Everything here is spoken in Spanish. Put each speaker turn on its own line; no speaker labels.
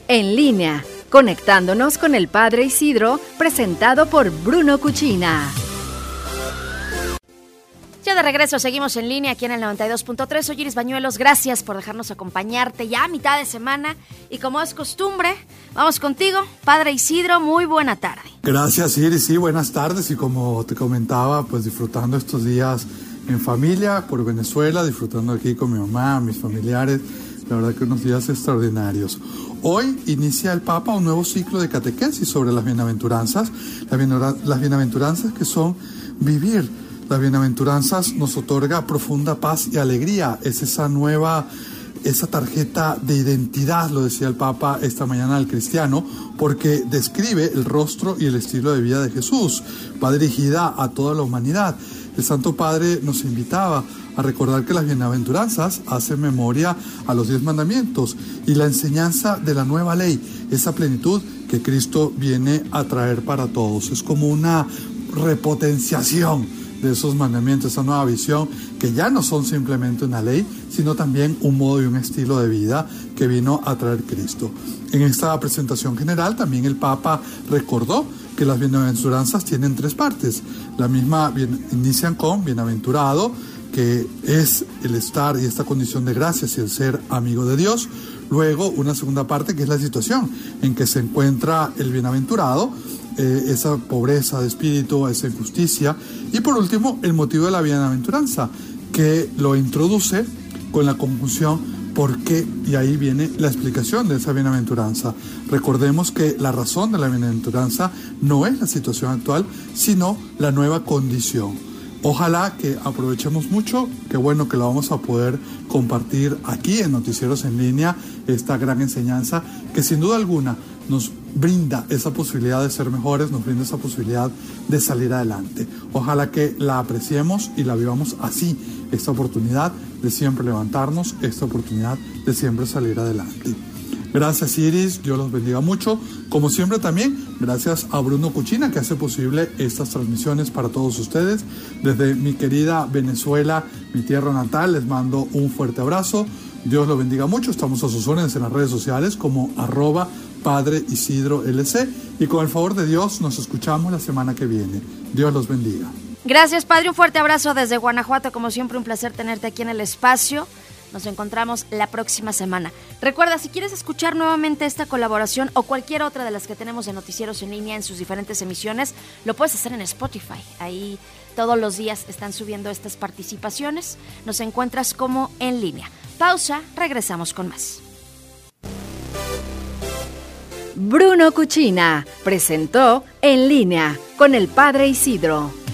En línea, conectándonos con el Padre Isidro, presentado por Bruno Cucina.
Ya de regreso, seguimos en línea aquí en el 92.3. Soy Iris Bañuelos, gracias por dejarnos acompañarte ya a mitad de semana. Y como es costumbre, vamos contigo, Padre Isidro, muy buena tarde.
Gracias, Iris, sí, buenas tardes. Y como te comentaba, pues disfrutando estos días en familia, por Venezuela, disfrutando aquí con mi mamá, mis familiares. La verdad que unos días extraordinarios. Hoy inicia el Papa un nuevo ciclo de catequesis sobre las bienaventuranzas. Las bienaventuranzas que son vivir. Las bienaventuranzas nos otorga profunda paz y alegría. Es esa tarjeta de identidad, lo decía el Papa esta mañana al cristiano, porque describe el rostro y el estilo de vida de Jesús. Va dirigida a toda la humanidad. El Santo Padre nos invitaba a recordar que las bienaventuranzas hacen memoria a los 10 mandamientos y la enseñanza de la nueva ley, esa plenitud que Cristo viene a traer para todos. Es como una repotenciación de esos mandamientos, esa nueva visión que ya no son simplemente una ley, sino también un modo y un estilo de vida que vino a traer Cristo. En esta presentación general también el Papa recordó que las bienaventuranzas tienen 3 partes. La misma inician con bienaventurado, que es el estar y esta condición de gracias y el ser amigo de Dios. Luego una segunda parte que es la situación en que se encuentra el bienaventurado, esa pobreza de espíritu, esa injusticia. Y por último, el motivo de la bienaventuranza, que lo introduce con la conjunción ¿por qué? Y ahí viene la explicación de esa bienaventuranza. Recordemos que la razón de la bienaventuranza no es la situación actual, sino la nueva condición. Ojalá que aprovechemos mucho, qué bueno que lo vamos a poder compartir aquí en Noticieros en Línea, esta gran enseñanza que sin duda alguna nos brinda esa posibilidad de ser mejores, nos brinda esa posibilidad de salir adelante. Ojalá que la apreciemos y la vivamos así, esta oportunidad de siempre levantarnos, esta oportunidad de siempre salir adelante. Gracias, Iris, Dios los bendiga mucho. Como siempre también, gracias a Bruno Cucina que hace posible estas transmisiones para todos ustedes. Desde mi querida Venezuela, mi tierra natal, les mando un fuerte abrazo. Dios los bendiga mucho. Estamos a sus órdenes en las redes sociales como @Padre Isidro LC. Y con el favor de Dios nos escuchamos la semana que viene. Dios los bendiga.
Gracias, Padre. Un fuerte abrazo desde Guanajuato. Como siempre, un placer tenerte aquí en el espacio. Nos encontramos la próxima semana. Recuerda, si quieres escuchar nuevamente esta colaboración o cualquier otra de las que tenemos en Noticieros en Línea en sus diferentes emisiones, lo puedes hacer en Spotify. Ahí todos los días están subiendo estas participaciones. Nos encuentras como En Línea. Pausa, regresamos con más.
Bruno Cucina presentó En Línea con el Padre Isidro.